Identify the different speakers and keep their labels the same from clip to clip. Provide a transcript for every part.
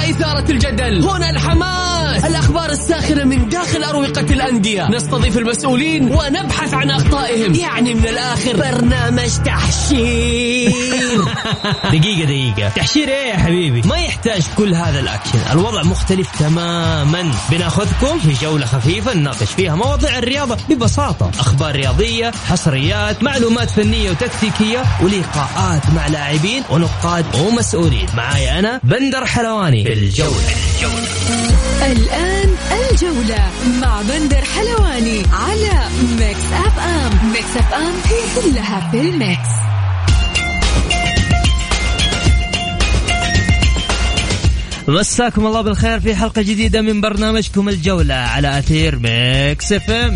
Speaker 1: إثارة الجدل، هنا الحماس، الأخبار الساخنة من داخل أروقة الأندية، نستضيف المسؤولين ونبحث عن أخطائهم. يعني من الآخر برنامج تحشير.
Speaker 2: دقيقة تحشير ايه يا حبيبي؟ ما يحتاج كل هذا الأكشن، الوضع مختلف تماما. بناخذكم في جولة خفيفة نناقش فيها مواضيع الرياضة ببساطة، أخبار رياضية، حصريات، معلومات فنية وتكتيكية، ولقاءات مع لاعبين ونقاد ومسؤولين. معايا أنا بندر حلواني في الجولة.
Speaker 3: الآن الجولة مع بندر حلواني على ميكس أف أم. ميكس أف أم هي كلها في الميكس.
Speaker 2: مساكم الله بالخير في حلقة جديدة من برنامجكم الجولة على أثير ميكس اف ام.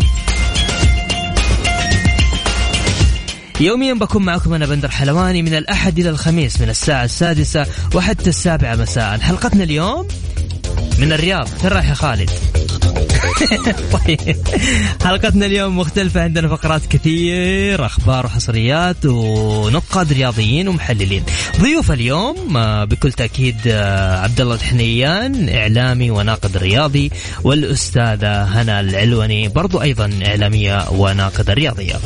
Speaker 2: يوميا بكون معكم أنا بندر حلواني من الأحد إلى الخميس من الساعة 6 وحتى 7 مساء. حلقتنا اليوم من الرياض. ترى يا خالد. طيب حلقتنا اليوم مختلفة، عندنا فقرات كثير، أخبار وحصريات ونقاد رياضيين ومحللين. ضيوف اليوم بكل تأكيد عبد الله الحنيان، إعلامي وناقد رياضي، والأستاذة هنا العلوني برضو أيضا إعلامية وناقدة رياضية.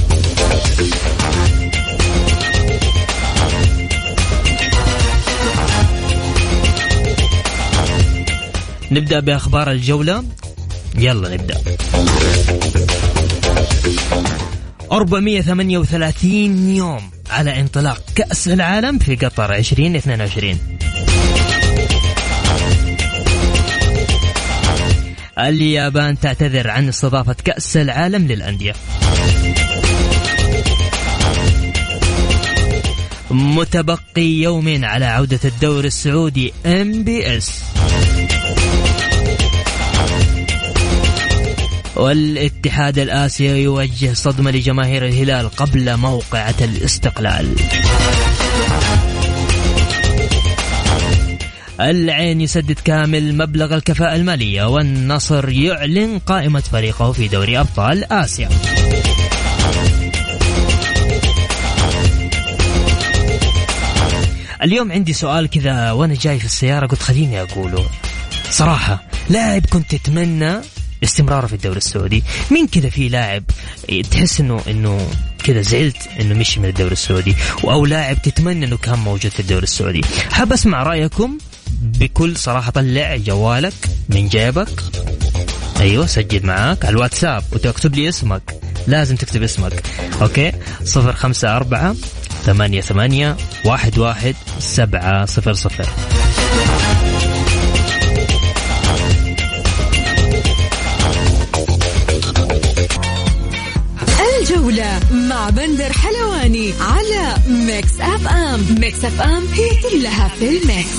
Speaker 2: نبدأ بأخبار الجولة. يلا نبدأ. 438 يوم على انطلاق كأس العالم في قطر 2022. اليابان تعتذر عن استضافة كأس العالم للأندية. متبقي يومين على عودة الدوري السعودي MBS. والاتحاد الآسيوي يوجه صدمة لجماهير الهلال قبل موقعة الاستقلال. العين يسدد كامل مبلغ الكفاءة المالية، والنصر يعلن قائمة فريقه في دوري أبطال آسيا. اليوم عندي سؤال كذا وأنا جاي في السيارة، قلت خليني أقوله صراحة. لاعب كنت تتمنى استمراره في الدوري السعودي؟ مين كذا في لاعب تحس انه كذا زعلت انه مشي من الدوري السعودي، او لاعب تتمنى انه كان موجود في الدوري السعودي؟ حاب اسمع رايكم بكل صراحه. طلع جوالك من جيبك، ايوه سجل معاك على الواتساب وتكتب لي اسمك، لازم تكتب اسمك. اوكي 054 88 11 700.
Speaker 3: الجولة مع بندر حلواني على ميكس أف أم. ميكس أف أم هي كلها في الميكس.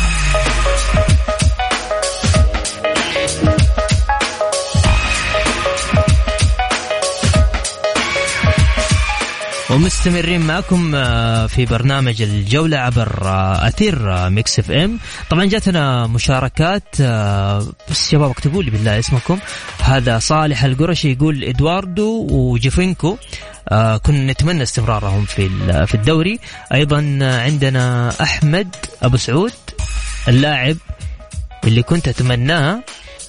Speaker 2: ومستمرين معكم في برنامج الجولة عبر أثير ميكس اف ام. طبعا جاتنا مشاركات، بس شباب اكتبوا لي بالله اسمكم. هذا صالح القرشي يقول إدواردو وجيفينكو كنا نتمنى استمرارهم في الدوري. أيضا عندنا أحمد أبو سعود، اللاعب اللي كنت أتمناه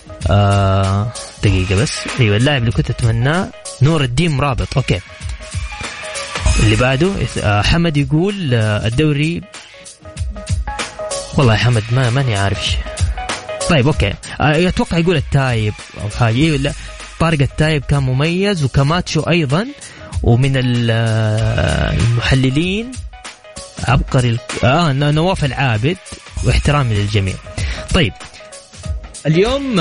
Speaker 2: دقيقة بس، أيوة اللاعب اللي كنت أتمناه نور الدين مرابط. أوكي اللي بعده حمد يقول الدوري. والله يا حمد ماني عارف. طيب اوكي اتوقع يقول التايب او حاجه. لا طارق التايب كان مميز، وكماتشو ايضا، ومن المحللين عبقري نواف العابد، واحترامي للجميع. طيب اليوم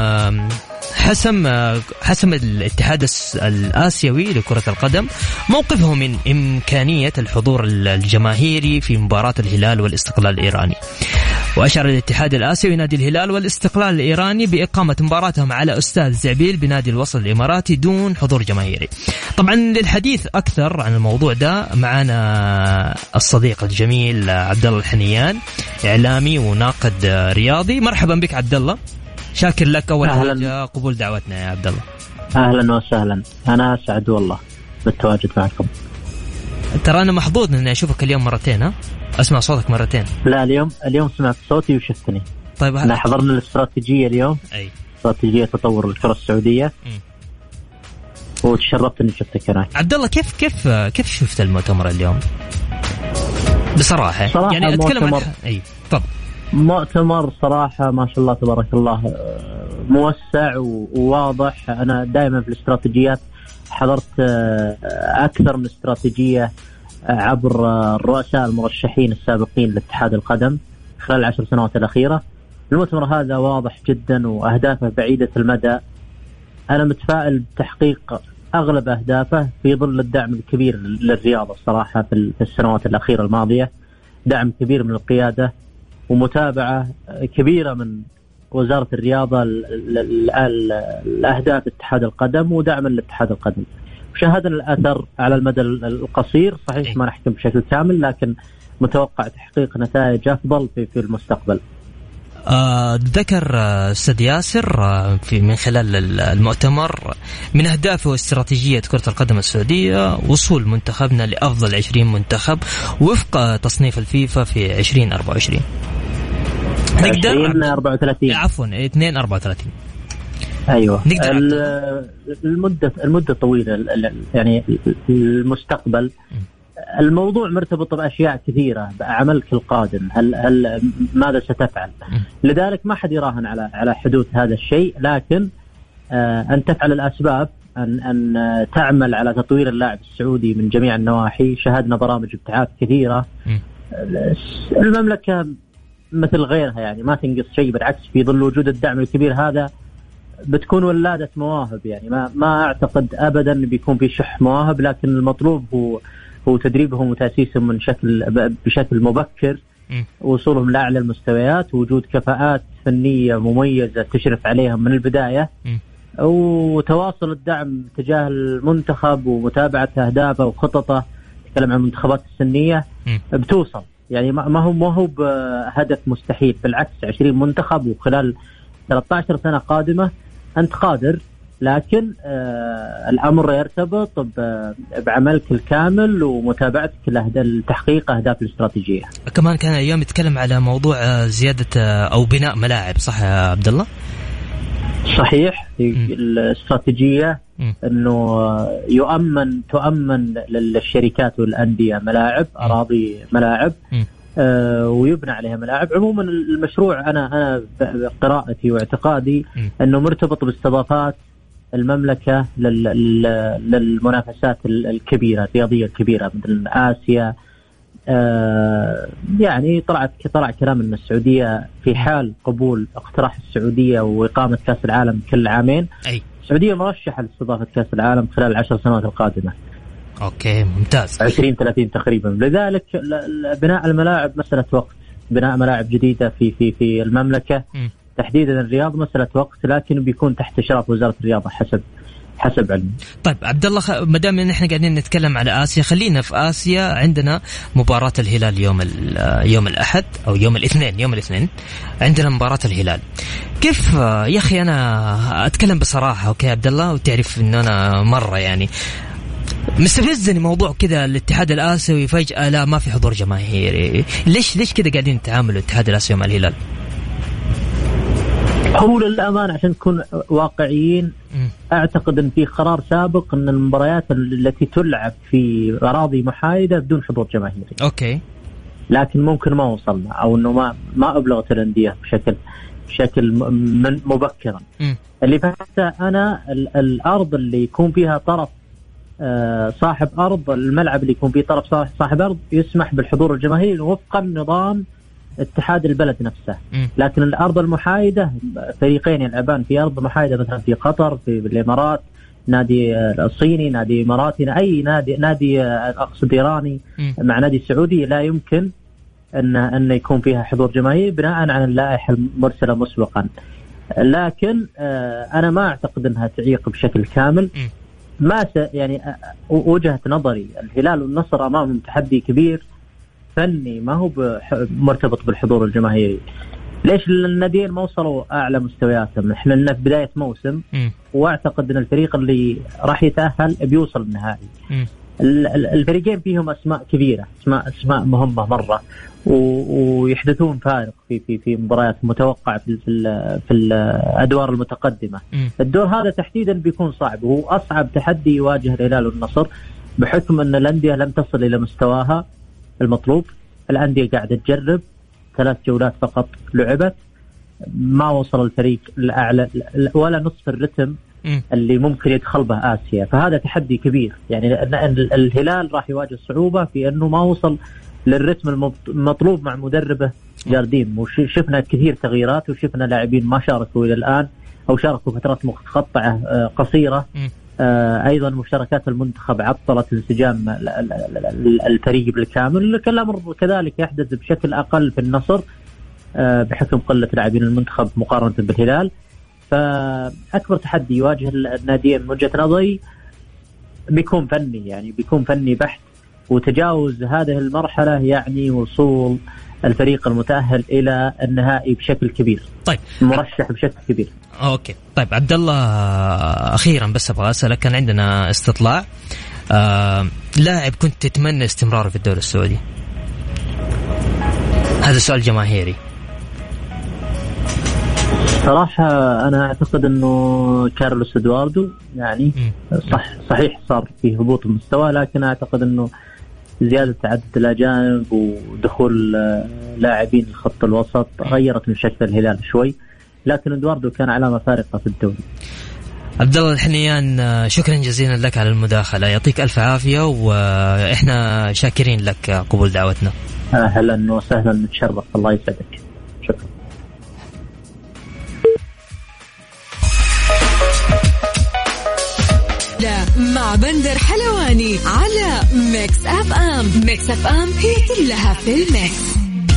Speaker 2: حسم الاتحاد الآسيوي لكرة القدم موقفه من إمكانية الحضور الجماهيري في مباراة الهلال والاستقلال الإيراني. وأشار الاتحاد الآسيوي نادي الهلال والاستقلال الإيراني بإقامة مباراتهم على أستاذ زعبيل بنادي الوصل الإماراتي دون حضور جماهيري. طبعا للحديث أكثر عن الموضوع ده معنا الصديق الجميل عبد الله الحنيان، إعلامي وناقد رياضي. مرحبا بك عبد الله، شاكر لك أول حاجة قبول دعوتنا يا عبد الله.
Speaker 4: أهلا وسهلا، أنا أسعد والله بالتواجد معكم.
Speaker 2: ترى أنا محظوظ إني أشوفك اليوم مرتين. أسمع صوتك مرتين.
Speaker 4: لا اليوم سمعت صوتي وشفتني.
Speaker 2: طيب
Speaker 4: احنا حضرنا الاستراتيجية اليوم،
Speaker 2: أي
Speaker 4: استراتيجية تطور الكرة السعودية، وتشرفت اني شفتك هناك.
Speaker 2: عبد الله، كيف شفت المؤتمر اليوم بصراحة؟ يعني اتكلم عن طب
Speaker 4: مؤتمر صراحة ما شاء الله تبارك الله موسع وواضح. أنا دائما في الاستراتيجيات حضرت أكثر من استراتيجية عبر الرؤساء المرشحين السابقين لاتحاد القدم خلال 10 سنوات الأخيرة. المؤتمر هذا واضح جدا وأهدافه بعيدة المدى. أنا متفائل بتحقيق أغلب أهدافه في ظل الدعم الكبير للرياضة الصراحة في السنوات الأخيرة الماضية، دعم كبير من القيادة ومتابعة كبيرة من وزارة الرياضة لأهداف اتحاد القدم ودعم لاتحاد القدم. شاهدنا الأثر على المدى القصير، صحيح ما نحكم بشكل كامل، لكن متوقع تحقيق نتائج أفضل في المستقبل.
Speaker 2: ذكر أستاذ ياسر من خلال المؤتمر من أهدافه واستراتيجية كرة القدم السعودية وصول منتخبنا لأفضل 20 منتخب وفق تصنيف الفيفا في 2024. 2034
Speaker 4: أيوة. المدة طويلة، يعني المستقبل. الموضوع مرتبط بأشياء كثيرة، بعملك القادم، هل ماذا ستفعل؟ لذلك ما حد يراهن على حدوث هذا الشيء، لكن أن تفعل الأسباب، أن تعمل على تطوير اللاعب السعودي من جميع النواحي. شاهدنا برامج ابتعاث كثيرة. المملكة مثل غيرها يعني ما تنقص شيء، بالعكس في ظل وجود الدعم الكبير هذا بتكون ولادة مواهب. يعني ما أعتقد أبدا بيكون في شح مواهب، لكن المطلوب هو تدريبهم وتأسيسهم بشكل مبكر، وصولهم لأعلى المستويات، ووجود كفاءات فنية مميزة تشرف عليهم من البداية، وتواصل الدعم تجاه المنتخب ومتابعة أهدافه وخططه. تكلم عن المنتخبات السنية بتوصل، يعني ما هو بهدف مستحيل، بالعكس 20 منتخب وخلال 13 سنة قادمة أنت قادر، لكن الأمر يرتبط بعملك الكامل ومتابعتك لتحقيق أهداف الاستراتيجية.
Speaker 2: كمان كان اليوم يتكلم على موضوع زيادة أو بناء ملاعب، صح يا عبد الله؟
Speaker 4: صحيح. الاستراتيجية أنه تؤمن للشركات والأندية ملاعب، أراضي ملاعب، ويبنى عليها ملاعب. عموما المشروع أنا قراءتي واعتقادي أنه مرتبط باستضافات المملكة للمنافسات الكبيرة الرياضية الكبيرة مثل آسيا. يعني طلع كلام أن السعودية في حال قبول اقتراح السعودية وإقامة كأس العالم كل عامين، السعودية مرشحة لاستضافة كأس العالم خلال 10 سنوات القادمة.
Speaker 2: أوكي ممتاز.
Speaker 4: 2030 تقريبا. لذلك بناء الملاعب مسألة وقت، بناء ملاعب جديدة في المملكة تحديدا الرياض مسألة وقت، لكن بيكون تحت إشراف وزارة الرياضة حسب علمي.
Speaker 2: طيب عبد الله، ما دام ان احنا قاعدين نتكلم على آسيا، خلينا في آسيا. عندنا مباراة الهلال يوم الأحد أو يوم الاثنين عندنا مباراة الهلال. كيف يا أخي، أنا أتكلم بصراحة أوكي عبد الله، وتعرف إن أنا مرة يعني مستفزني موضوع كذا الاتحاد الآسيوي فجأة لا ما في حضور جماهيري. ليش كذا قاعدين نتعامل الاتحاد الآسيوي مع الهلال؟
Speaker 4: هو للأمان عشان نكون واقعيين، أعتقد أن في قرار سابق أن المباريات التي تلعب في أراضي محايدة بدون حضور جماهيري.
Speaker 2: أوكي.
Speaker 4: لكن ممكن ما وصلنا، أو أنه ما أبلغت الأندية بشكل مبكرا. اللي فهمته أنا الأرض اللي يكون فيها طرف صاحب أرض، الملعب اللي يكون فيه طرف صاحب أرض يسمح بالحضور الجماهيري وفقا نظام اتحاد البلد نفسه. لكن الأرض المحايدة فريقين يلعبان في أرض محايدة، مثلا في قطر، في الإمارات، نادي الصيني، نادي إماراتي، أي نادي أقصد إيراني مع نادي سعودي، لا يمكن أن يكون فيها حضور جماهيري بناء على اللائحة المرسلة مسبقا. لكن أنا ما أعتقد أنها تعيق بشكل كامل. يعني وجهة نظري الهلال والنصر أمامهم تحدي كبير فني، ما هو مرتبط بالحضور الجماهيري. ليش؟ الناديين ما وصلوا أعلى مستوياتهم. إحنا لنا في بداية موسم، وأعتقد أن الفريق اللي راح يتأهل بيوصل النهائي. الفريقين فيهم أسماء كبيرة، أسماء مهمة مرة، ويحدثون فارق في مباريات متوقعة في الأدوار المتقدمة. الدور هذا تحديدا بيكون صعب، وهو أصعب تحدي يواجه الهلال والنصر بحكم أن الأندية لم تصل إلى مستواها المطلوب. الأندية قاعدة تجرب، 3 جولات فقط لعبت، ما وصل الفريق الأعلى ولا نصف الرتم اللي ممكن يدخل به آسيا. فهذا تحدي كبير، يعني الهلال راح يواجه صعوبة في أنه ما وصل للرتم المطلوب مع مدربه جارديم. وشفنا كثير تغييرات، وشفنا لاعبين ما شاركوا إلى الآن أو شاركوا فترات مقطعة قصيرة. أيضا مشاركات المنتخب عطلت انسجام الفريق بالكامل. الأمر كذلك يحدث بشكل أقل في النصر بحكم قلة لاعبين المنتخب مقارنة بالهلال. فأكبر تحدي يواجه الناديين من وجهة نظري بيكون فني، يعني بيكون فني بحت، وتجاوز هذه المرحلة يعني وصول الفريق المتأهل إلى النهائي بشكل كبير.
Speaker 2: طيب،
Speaker 4: مرشح بشكل كبير.
Speaker 2: أوكي، طيب عبد الله، أخيرا بس أبغى أسألك، كان عندنا استطلاع، لاعب كنت تتمنى استمراره في الدوري السعودي؟ هذا سؤال جماهيري.
Speaker 4: صراحة أنا أعتقد أنه كارلوس إدواردو، يعني صحيح صار في هبوط المستوى، لكن أعتقد أنه زيادة عدد الأجانب ودخول لاعبين الخط الوسط غيرت من شكل الهلال شوي، لكن إدواردو كان علامة فارقة في الدوري.
Speaker 2: عبد الله الحنيان، شكرا جزيلا لك على المداخلة، يعطيك ألف عافية، وإحنا شاكرين لك قبول دعوتنا.
Speaker 4: أهلا وسهلا، نتشرف، الله يسعدك، شكرا.
Speaker 3: مع بندر حلواني على ميكس أف أم. ميكس أف أم هي كلها في الميكس.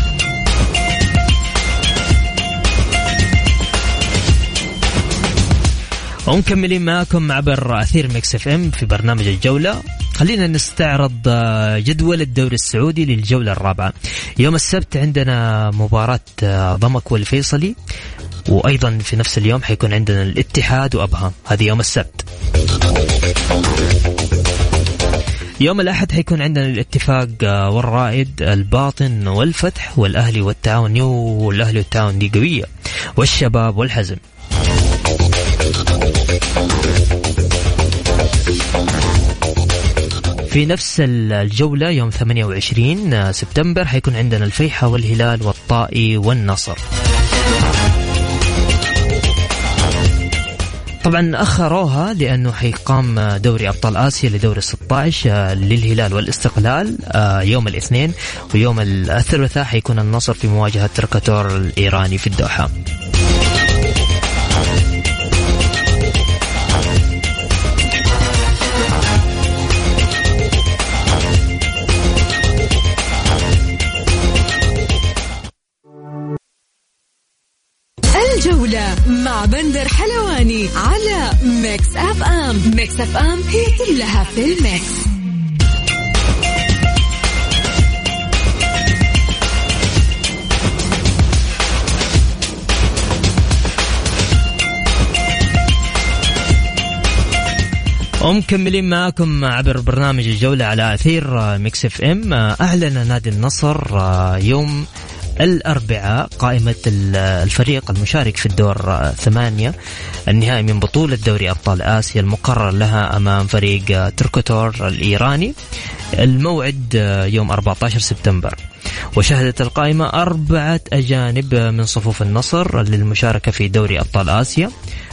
Speaker 2: ومكملين معكم عبر أثير ميكس أف أم في برنامج الجولة. خلينا نستعرض جدول الدوري السعودي للجولة الرابعة. يوم السبت عندنا مباراة ضمك والفيصلي، وأيضا في نفس اليوم حيكون عندنا الاتحاد وأبها، هذه يوم السبت. يوم الأحد حيكون عندنا الاتفاق والرائد، الباطن والفتح، والأهلي والتعاون. والأهلي والتعاون دي قوية، والشباب والحزم. في نفس الجولة يوم 28 سبتمبر حيكون عندنا الفيحة والهلال والطائي والنصر. طبعا أخروها لأنه حيقام دوري أبطال آسيا لدور 16 للهلال والاستقلال يوم الاثنين، ويوم الثلاثاء حيكون النصر في مواجهة تركتور الإيراني في الدوحة.
Speaker 3: الجولة مع بندر حلواني على ميكس أف أم. ميكس أف أم هي كلها في الميكس.
Speaker 2: ومكملين معكم عبر برنامج الجولة على أثير ميكس اف ام. أعلن نادي النصر يوم الأربعاء قائمة الفريق المشارك في الدور 8 النهائي من بطولة دوري أبطال آسيا المقرر لها أمام فريق تركتور الإيراني. الموعد يوم 14 سبتمبر. وشهدت القائمة 4 أجانب من صفوف النصر للمشاركة في دوري أبطال آسيا.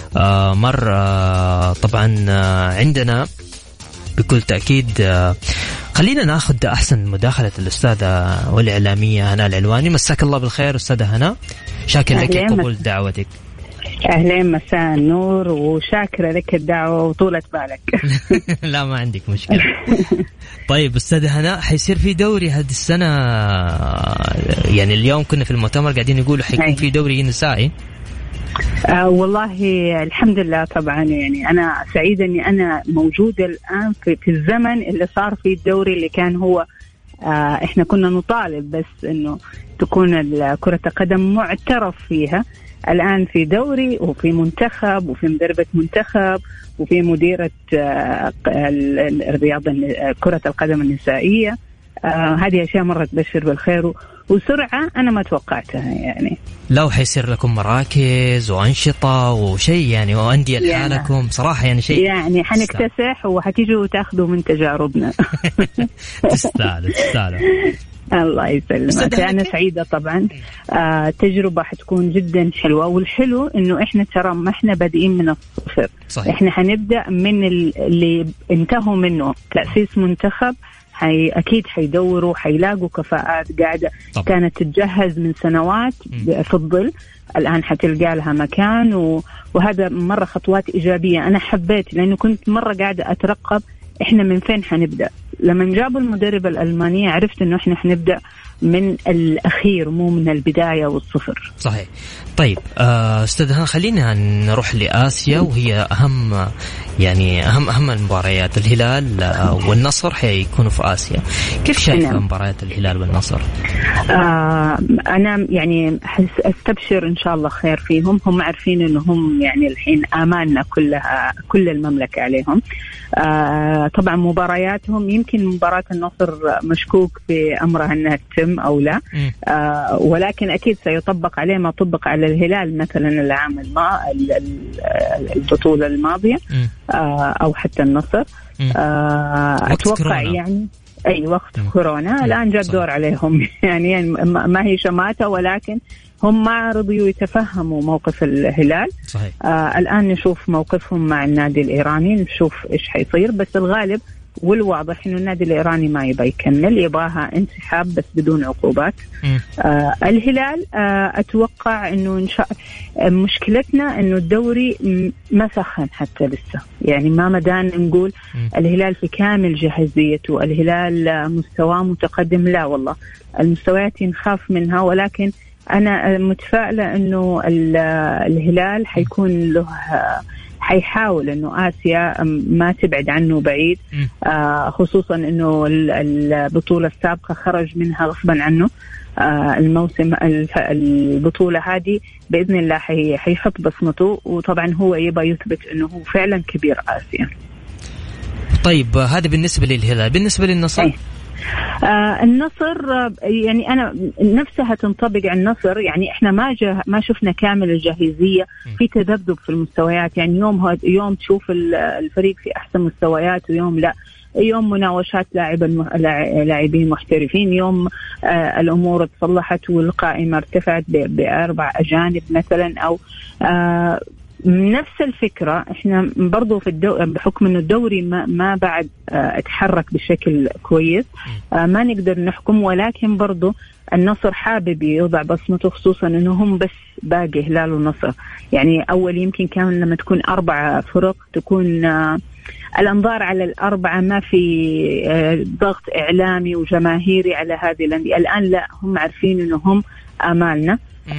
Speaker 2: طبعا عندنا بكل تأكيد. خلينا ناخذ أحسن مداخلة الأستاذة والإعلامية هناء العلواني. مساك الله بالخير أستاذة هناء، شاكر لك قبول دعوتك.
Speaker 5: أهلين، مساء النور، وشاكرة لك الدعوة وطولة بالك.
Speaker 2: لا ما عندك مشكلة. طيب أستاذة هناء، حيصير في دوري هذه السنة، يعني اليوم كنا في المؤتمر قاعدين يقولوا حيكون في دوري نسائي.
Speaker 5: والله الحمد لله. طبعا يعني أنا سعيدة أني أنا موجودة الآن في الزمن اللي صار فيه الدوري اللي كان هو إحنا كنا نطالب بس أنه تكون كرة القدم معترف فيها. الآن في دوري وفي منتخب وفي مدربة منتخب وفي مديرة الرياضة كرة القدم النسائية. هذه أشياء مرة تبشر بالخير وسرعة أنا ما توقعتها يعني.
Speaker 2: لو حيصير لكم مراكز وأنشطة وشيء يعني وأندية لحالكم صراحة يعني شيء
Speaker 5: يعني حنكتسح وحتيجوا تاخذوا من تجاربنا.
Speaker 2: تستاهلوا.
Speaker 5: الله يسلمك. أنا سعيدة طبعا. تجربة حتكون جدا حلوة، والحلو إنه إحنا ترى ما إحنا بادئين من الصفر.
Speaker 2: صحيح.
Speaker 5: إحنا حنبدأ من اللي انتهوا منه تأسيس منتخب. أكيد حيدوروا حيلاقوا كفاءات قاعدة طبعا. كانت تتجهز من سنوات في الظل، الآن حتلقى لها مكان وهذا مرة خطوات إيجابية. أنا حبيت لأنه كنت مرة قاعدة أترقب إحنا من فين حنبدأ. لما جابوا المدربة الألمانية عرفت إنه إحنا حنبدأ من الأخير مو من البداية والصفر.
Speaker 2: صحيح. طيب أستاذ خلينا نروح لآسيا، وهي أهم المباريات. الهلال والنصر حيكونوا في آسيا. كيف شايفة مباريات الهلال والنصر؟
Speaker 5: أنا يعني أستبشر إن شاء الله خير فيهم. هم عارفين إنهم يعني الحين آمالنا كل المملكة عليهم. طبعا مبارياتهم يمكن مباراة النصر مشكوك في أمرها أنها تتم أو لا، ولكن أكيد سيطبق عليه ما طبق على الهلال مثلا العام البطولة الماضية أو حتى النصر. أتوقع يعني أي وقت كورونا الآن جاء الدور عليهم يعني ما هي شماتة، ولكن هم ما رضيوا يتفهموا موقف الهلال.
Speaker 2: صحيح.
Speaker 5: الآن نشوف موقفهم مع النادي الإيراني، نشوف إيش حيصير. بس الغالب والواضح إنه النادي الإيراني ما يبغى يكمل، يبغاها انسحاب بس بدون عقوبات. الهلال أتوقع إنه مشكلتنا إنه الدوري ما سخن حتى لسه، يعني ما مدان نقول الهلال في كامل جاهزيته، الهلال مستواه متقدم. لا والله المستويات نخاف منها، ولكن أنا متفائلة إنه الهلال حيكون له حيحاول إنه آسيا ما تبعد عنه بعيد، خصوصا إنه البطولة السابقة خرج منها غصبا عنه. الموسم البطولة هذه بإذن الله حيحط بصمته، وطبعا هو يبغى يثبت إنه هو فعلا كبير آسيا.
Speaker 2: طيب هذا بالنسبة للهلال. بالنسبة للنصر؟
Speaker 5: النصر يعني أنا نفسها تنطبق على النصر. يعني إحنا ما شفنا كامل الجاهزية، في تذبذب في المستويات. يعني يوم تشوف الفريق في أحسن مستويات ويوم لا، يوم مناوشات لاعبين محترفين، يوم الأمور تصلحت والقائمة ارتفعت ب4 أجانب مثلا، أو نفس الفكرة. احنا برضو في بحكم انه الدوري ما بعد اتحرك بشكل كويس، ما نقدر نحكم. ولكن برضو النصر حابب يوضع بصمته، خصوصا انه هم بس باقي هلال والنصر. يعني اول يمكن كان لما تكون 4 فرق تكون الانظار على ال4، ما في ضغط اعلامي وجماهيري على هذه الانديه. الان لا، هم عارفين انه هم آمالنا.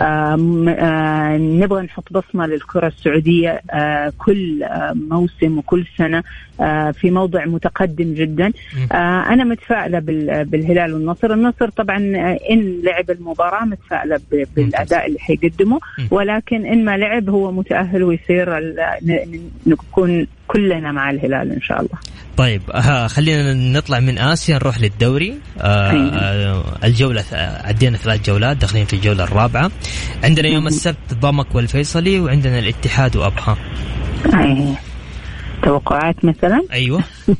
Speaker 5: نبغى نحط بصمة للكرة السعودية كل موسم وكل سنة في موضع متقدم جدا. أنا متفائلة بالهلال والنصر. النصر طبعا إن لعب المباراة متفائلة بالأداء اللي حيقدمه، ولكن إن ما لعب هو متأهل ويصير نكون كلنا مع الهلال إن شاء الله.
Speaker 2: طيب خلينا نطلع من آسيا نروح للدوري. الجولة عدينا 3 جولات، داخلين في الجولة الرابعة. عندنا يوم السبت ضمك والفيصلي، وعندنا الاتحاد وأبها.
Speaker 5: توقعات مثلا؟
Speaker 2: أيوة.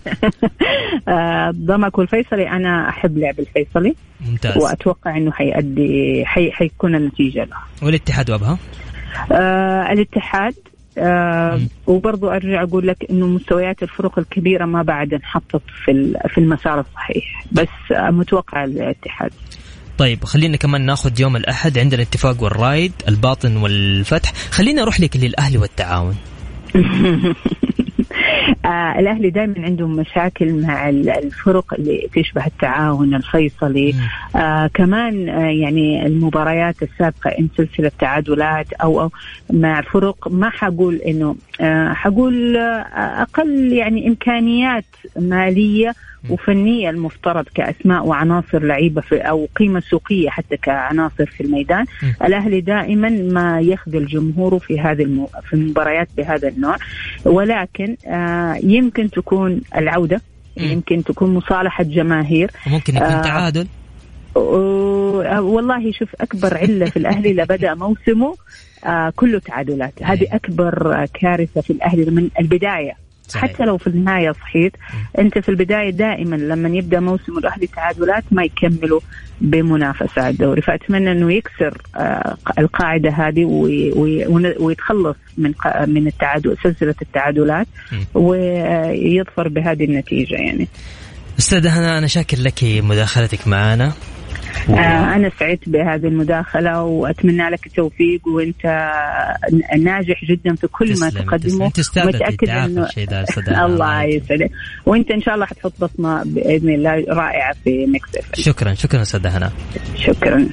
Speaker 5: ضمك والفيصلي أنا أحب لعب الفيصلي.
Speaker 2: ممتاز.
Speaker 5: وأتوقع إنه حيكون النتيجة له.
Speaker 2: والاتحاد وأبها؟
Speaker 5: الاتحاد. وبرضو أرجع أقول لك إنه مستويات الفرق الكبيرة ما بعد انحطت في المسار الصحيح، بس متوقع الاتحاد.
Speaker 2: طيب خلينا كمان ناخذ يوم الأحد. عندنا الاتفاق والرايد، الباطن والفتح. خلينا نروح لك للأهلي والتعاون.
Speaker 5: الأهلي دائما عندهم مشاكل مع الفرق اللي تشبه التعاون، الفيصلي. كمان يعني المباريات السابقة إن سلسلة تعادلات أو مع فرق ما حقول إنه حقول أقل يعني إمكانيات مالية وفنية المفترض كأسماء وعناصر لعيبة أو قيمة سوقية حتى كعناصر في الميدان. الأهلي دائما ما يخذل جمهوره في هذه في المباريات بهذا النوع، ولكن يمكن تكون العودة، يمكن تكون مصالحة جماهير،
Speaker 2: ممكن يكون تعادل.
Speaker 5: والله شوف، أكبر علة في الأهلي لبدأ موسمه كله تعادلات. هذه أكبر كارثة في الأهلي من البداية. صحيح. حتى لو في النهاية صحيت، أنت في البداية دائما لما يبدأ موسم الأهلي تعادلات ما يكملوا بمنافسة على الدوري. فأتمنى أنه يكسر القاعدة هذه ويتخلص من التعادل، سلسلة التعادلات، ويظفر بهذه النتيجة. يعني
Speaker 2: أستاذة هنا، أنا شاكر لك مداخلتك معنا.
Speaker 5: أنا سعدت بهذه المداخلة وأتمنى لك التوفيق، وأنت ناجح جدا في كل ما تقدمه،
Speaker 2: ومتأكد أنه
Speaker 5: الله يسعدك، وأنت إن شاء الله حتحط بصمة بإذن الله رائعة في ميكس اف ام.
Speaker 2: شكرا أستاذة هنا.
Speaker 5: شكرا.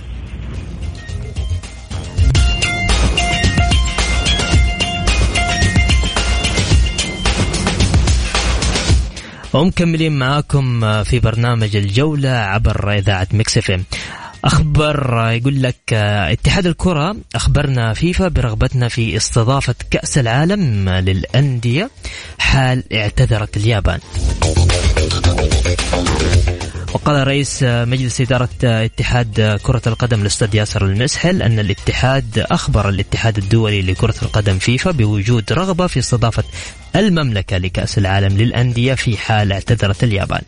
Speaker 2: ومكملين معاكم في برنامج الجولة عبر إذاعة ميكس اف ام. أخبر يقول لك اتحاد الكرة أخبرنا فيفا برغبتنا في استضافة كأس العالم للأندية حال اعتذرت اليابان. وقال رئيس مجلس إدارة اتحاد كرة القدم الأستاذ ياسر المسحل أن الاتحاد أخبر الاتحاد الدولي لكرة القدم فيفا بوجود رغبة في استضافة المملكة لكأس العالم للأندية في حال اعتذرت اليابان.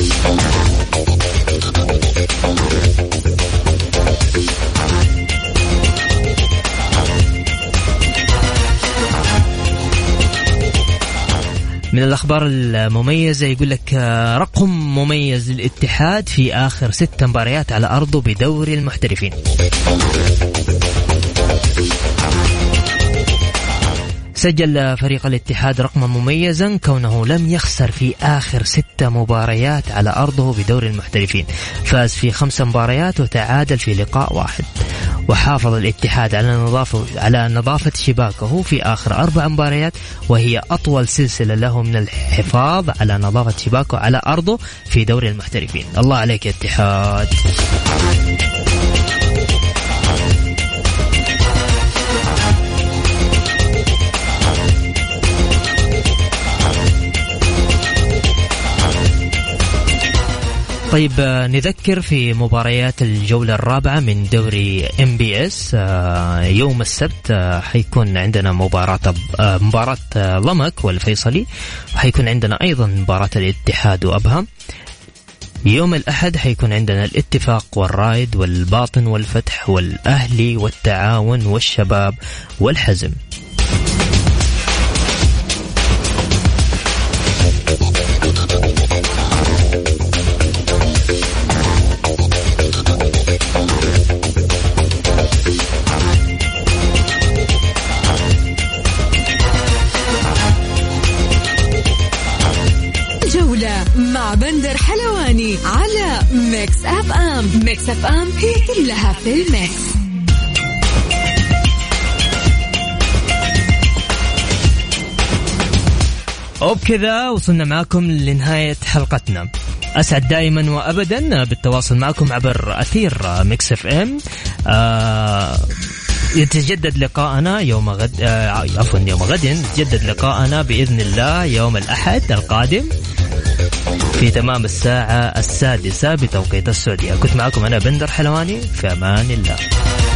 Speaker 2: من الأخبار المميزة يقول لك رقم مميز للاتحاد في آخر 6 مباريات على أرضه بدوري المحترفين. سجل فريق الاتحاد رقما مميزا كونه لم يخسر في آخر 6 مباريات على أرضه بدوري المحترفين. فاز في 5 مباريات وتعادل في لقاء واحد. وحافظ الاتحاد على نظافة شباكه في آخر 4 مباريات، وهي أطول سلسلة له من الحفاظ على نظافة شباكه على أرضه في دوري المحترفين. الله عليك يا اتحاد. طيب نذكر في مباريات الجولة الرابعة من دوري MBS. يوم السبت حيكون عندنا مباراة ضمك والفيصلي، وحيكون عندنا أيضا مباراة الاتحاد وأبها. يوم الأحد حيكون عندنا الاتفاق والرائد والباطن والفتح والأهلي والتعاون والشباب والحزم.
Speaker 3: مع بندر حلواني على ميكس اف ام. ميكس اف ام هي كلها في الميكس.
Speaker 2: وبكذا وصلنا معكم لنهاية حلقتنا. أسعد دائما وأبدا بالتواصل معكم عبر أثير ميكس اف ام. يتجدد لقاءنا يوم غد، يوم غد يتجدد لقاءنا بإذن الله يوم الأحد القادم في تمام الساعة 6 بتوقيت السعودية. كنت معكم أنا بندر حلواني، في أمان الله.